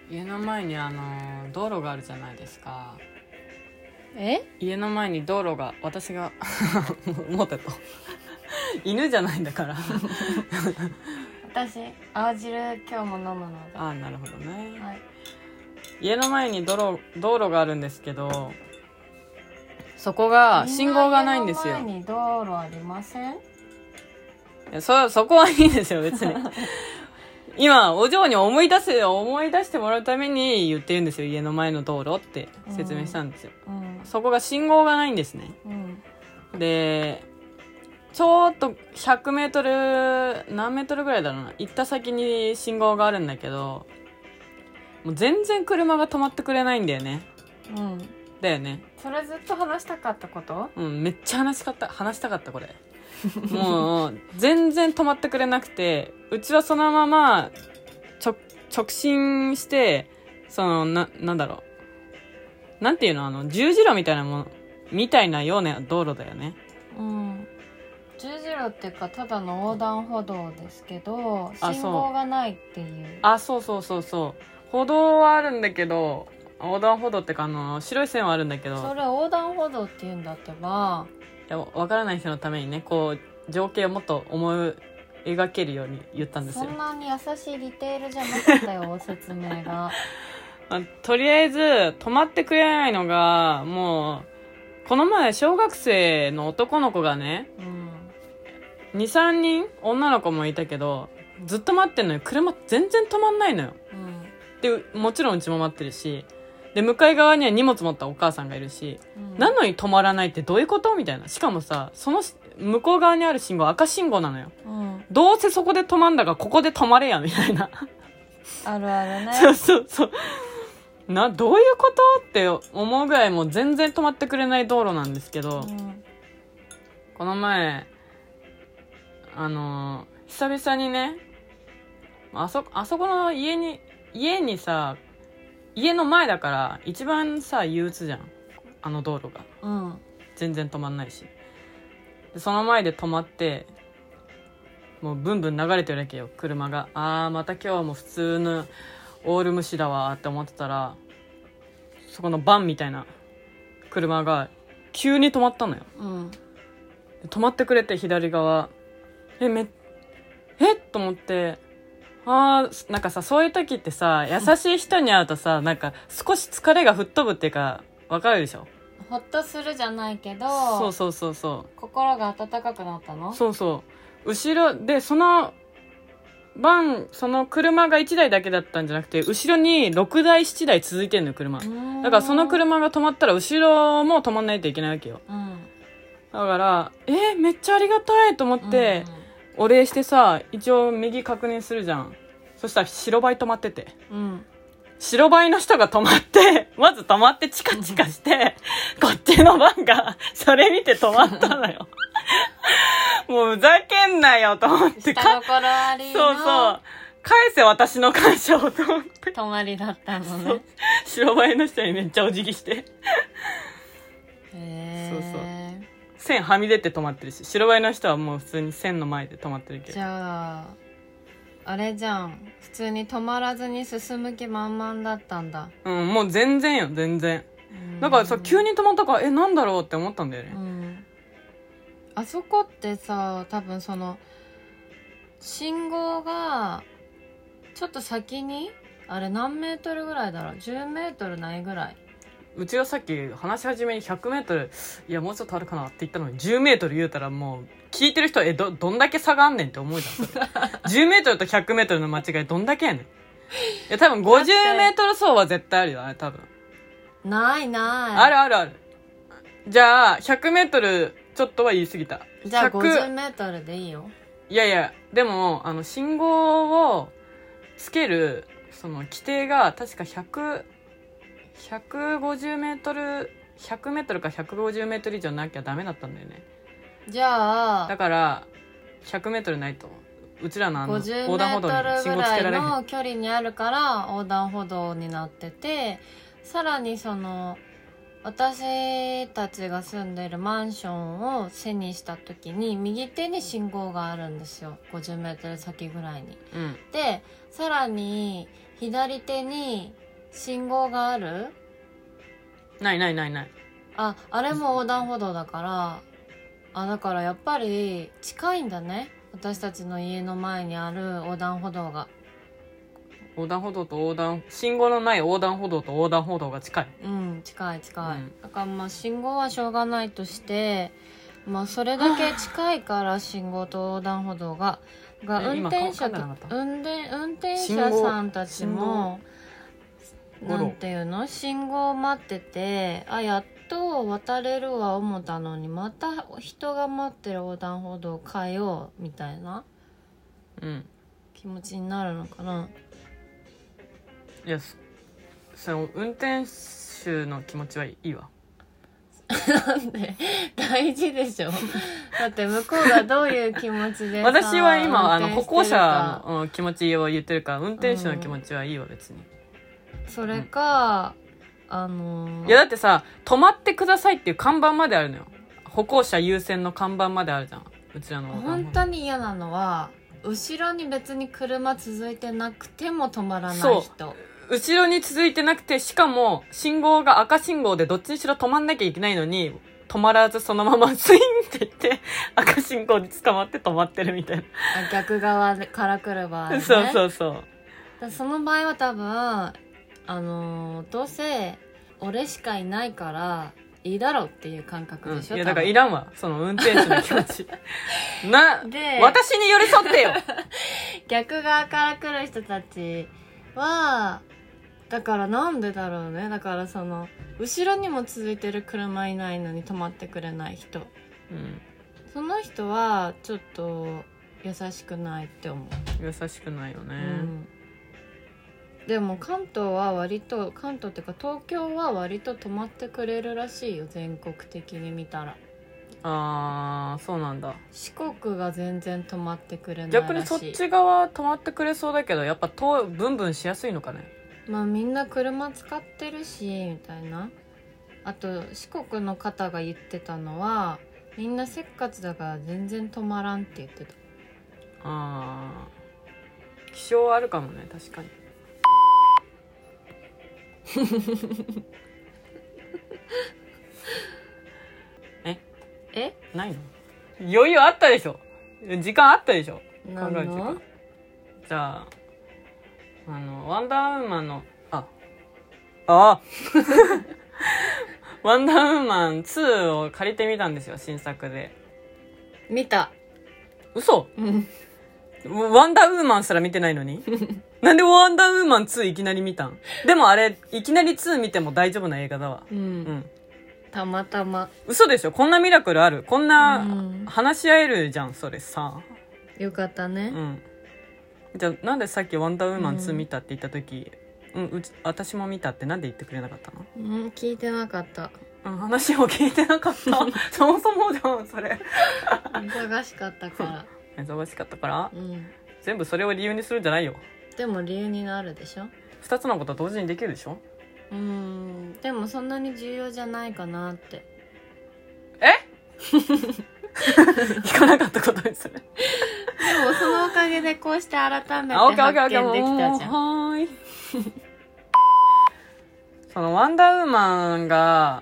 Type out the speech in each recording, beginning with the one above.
家の前に道路があるじゃないですか。 家の前に道路が、私が持ってと犬じゃないんだから私青汁今日も飲むので。 ああ、なるほどね、 はい、 家の前に道路があるんですけど、そこが信号がないんですよ。 家の前に道路ありません？ いや、そこはいいですよ別に今お嬢に思い出してもらうために言ってるんですよ。家の前の道路って説明したんですよ、そこが信号がないんですね、でちょっと100メートル何メートルぐらいだろうな、行った先に信号があるんだけど、もう全然車が止まってくれないんだよね。だよね。 それずっと話したかったこと？ めっちゃ話したかったこれもう全然止まってくれなくて、うちはそのまま直進して、なんだろう、なんていうの、十字路みたいなような道路だよね。 十字路っていうかただの横断歩道ですけど、信号がないっていう。 そう歩道はあるんだけど、横断歩道ってか白い線はあるんだけど、 それ横断歩道って言うんだってば。 いや、分からない人のためにね、こう情景をもっと思い描けるように言ったんですよ。 そんなに優しいディテールじゃなかったよ説明がとりあえず止まってくれないのが、もうこの前小学生の男の子がね、2、3人女の子もいたけど、ずっと待ってんのよ。車全然止まんないのよ、でもちろんうちも待ってるし、で向かい側には荷物持ったお母さんがいるし、なのに止まらないってどういうことみたいな。しかもさ、その向こう側にある信号赤信号なのよ、どうせそこで止まんだからここで止まれやみたいなあるあるね。 そうどういうことって思うぐらい、もう全然止まってくれない道路なんですけど、この前久々にね、あそこの家にさ、家の前だから一番さ憂鬱じゃん、道路が、全然止まんないし。でその前で止まって、もうブンブン流れてるわけよ車が。また今日も普通のオール無視だわって思ってたら、そこのバンみたいな車が急に止まったのよ、止まってくれて、左側と思って、なんかさ、そういう時ってさ、優しい人に会うとさ、なんか少し疲れが吹っ飛ぶっていうか、わかるでしょ。 ほっとするじゃないけど、 心が温かくなったの。 後ろでその車が1台だけだったんじゃなくて、後ろに6台7台続いてんのよ車。だからその車が止まったら後ろも止まんないといけないわけよ、だからめっちゃありがたいと思って、お礼してさ、一応右確認するじゃん。そしたら白バイ止まってて、白バイの人が止まってまず止まってチカチカしてこっちのバンがそれ見て止まったのよもうふざけんなよと思って、 下心ありの返せ私の感謝をと思って、 泊まりだったのね。 白バイの人にめっちゃお辞儀して線はみ出て止まってるし、白バイの人はもう普通に線の前で止まってるけど。 じゃああれじゃん、普通に止まらずに進む気満々だったんだ。 もう全然よ、全然。だからさ、急に止まったからなんだろうって思ったんだよね、 あそこってさ、多分その信号がちょっと先に、あれ何メートルぐらいだろう、10メートルないぐらい。 うちがさっき話し始めに100メートル、いやもうちょっとあるかなって言ったのに10メートル言うたら、もう聞いてる人はどんだけ差があんねんって思うじゃん10メートルと100メートルの間違いどんだけやねん。いや多分50メートル走は絶対あるよ、あれ多分。 ない。 ある。じゃあ100メートルちょっとは言い過ぎた。 じゃあ50メートルでいいよ。 いやでも信号をつけるその規定が確か150メートル100メートルか150メートル以上なきゃダメだったんだよね。 じゃあだから100メートルないとうちらの 50メートルぐらいの距離にあるから横断歩道になってて、さらにその私たちが住んでるマンションを背にした時に右手に信号があるんですよ、50メートル先ぐらいに。でさらに左手に信号がある。 ないあれも横断歩道だから、だからやっぱり近いんだね、私たちの家の前にある横断歩道が。 横断歩道と信号のない横断歩道と横断歩道が近い。 近い、だからまあ信号はしょうがないとして、まあそれだけ近いから信号と横断歩道が運転者さんたちもなんていうの、信号を待ってて、やっと渡れるわ思ったのに、また人が待ってる横断歩道を変えようみたいな気持ちになるのかな。 いや、その運転手の気持ちはいいわ。 なんで大事でしょだって向こうがどういう気持ちでさ私は今歩行者の気持ちを言ってるから、運転手の気持ちはいいわ別に。 それか、 いやだってさ、止まってくださいっていう看板まであるのよ。歩行者優先の看板まであるじゃん、うちらの。 本当に嫌なのは後ろに別に車続いてなくても止まらない人。 後ろに続いてなくて、しかも信号が赤信号でどっちにしろ止まんなきゃいけないのに止まらずそのままスインって言って赤信号に捕まって止まってるみたいな。 逆側から来る場合ね。 そうその場合は多分どうせ俺しかいないからいいだろうっていう感覚でしょ、 いやだからいらんわ、その運転手の気持ちで私に寄り添ってよ逆側から来る人たちはだからなんでだろうね。だからその後ろにも続いてる車いないのに止まってくれない人、その人はちょっと優しくないって思う。 優しくないよね、 でも関東っていうか東京は割と止まってくれるらしいよ、全国的に見たら。 そうなんだ。 四国が全然止まってくれないらしい。 逆にそっち側止まってくれそうだけど、やっぱブンブンしやすいのかね。 まあみんな車使ってるしみたいな。あと四国の方が言ってたのは、みんなせっかちだから全然止まらんって言ってた。 気象あるかもね、確かにないの？余裕あったでしょ、時間あったでしょ、考える時間。じゃあワンダーウーマンのワンダーウーマン2を借りてみたんですよ、新作で。 見た。 嘘？ワンダーウーマンすら見てないのになんでワンダーウーマン2いきなり見たん？でもあれいきなり2見ても大丈夫な映画だわ。 たまたま。 嘘でしょ、こんなミラクルある？こんな話し合えるじゃん、それさ。 よかったね。 じゃあなんでさっきワンダーウーマン2見たって言った時、私も見たってなんで言ってくれなかったの？ 聞いてなかった。 話を聞いてなかったそもそもじゃんそれ忙しかったから忙しかったから、全部それを理由にするんじゃないよ。 でも理由になるでしょ。 2つのこと同時にできるでしょ。 でもそんなに重要じゃないかなって。 聞かなかったことにする。でもそのおかげでこうして改めて発見できたじゃん。 はいそのワンダーウーマンが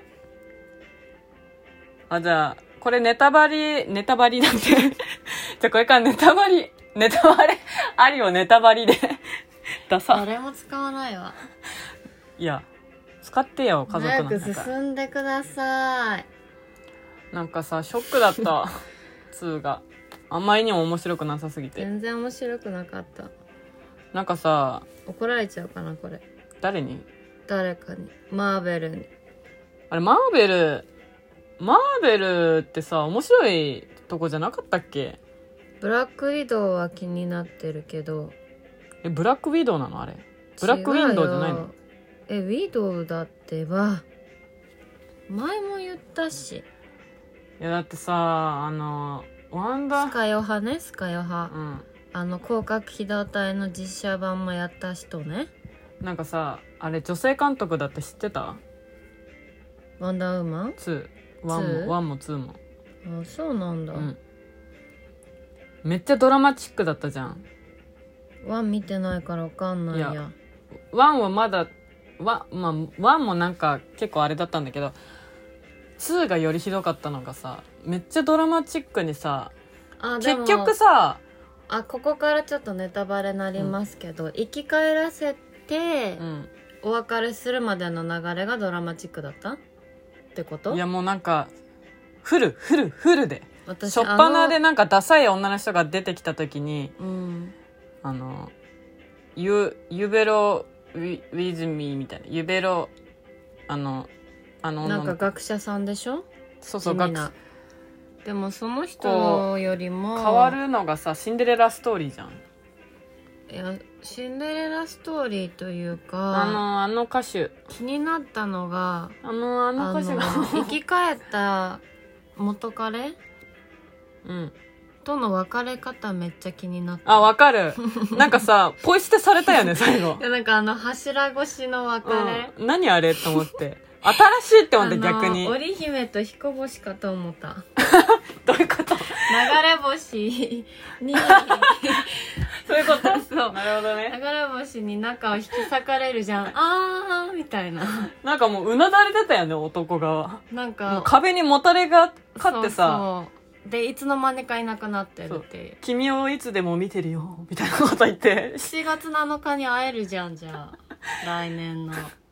じゃあこれネタバリなんてじゃあこれからネタバレありをネタバリでダサ。 誰も使わないわ。 いや使ってよ、家族の中。 早く進んでください。 なんかさ、ショックだった2があんまりにも面白くなさすぎて。 全然面白くなかった。 なんかさ、 怒られちゃうかなこれ。 誰に？ 誰かに。マーベルに。 あれマーベルってさ、面白いとこじゃなかったっけ？ ブラックウィドウは気になってるけど。 ブラックウィドウなのあれ？ブラックウィンドウじゃないの？ ウィドウだってば前も言ったし。 いやだってさ、ワンダースカヨハね、スカヨハ、広角機動隊の実写版もやった人ね。 なんかさ、あれ女性監督だって知ってた？ ワンダーウーマン 2。1も2も。 あ、そうなんだ、 うん。めっちゃドラマチックだったじゃん。 ワン見てないからわかんないや。 いや1はまだ1もなんか結構あれだったんだけど、2がよりひどかったのがさ、めっちゃドラマチックにさ、結局さ、 ここからちょっとネタバレになりますけど、生き返らせて、お別れするまでの流れがドラマチックだったってこと？ いやもうなんかフルで、 私初っ端でなんかダサい女の人が出てきた時に、ユベロウィズミーみたいな、ユベロなんか学者さんでしょ。 そうそう、 でもその人よりも変わるのがさ、シンデレラストーリーじゃん。 いや、シンデレラストーリーというか、 あの歌手気になったのが、 あの歌手が生き返った元彼との別れ方めっちゃ気になった。 あ、わかる。なんかさ、ポイ捨てされたよね、最後。 いや、なんか柱越しの別れ。 何あれと思って。新しいって思って、逆に。 織姫と彦星かと思った。 どういうこと？ 流れ星にそういうこと？ そう。 なるほどね。 流れ星に中を引き裂かれるじゃん。あーみたいな。 なんかもううなだれてたよね、男側。 なんか壁にもたれがかってさ。 そうで、いつの間にかいなくなってるっていう。 君をいつでも見てるよみたいなこと言って。 7月7日に会えるじゃん、じゃあ来年の。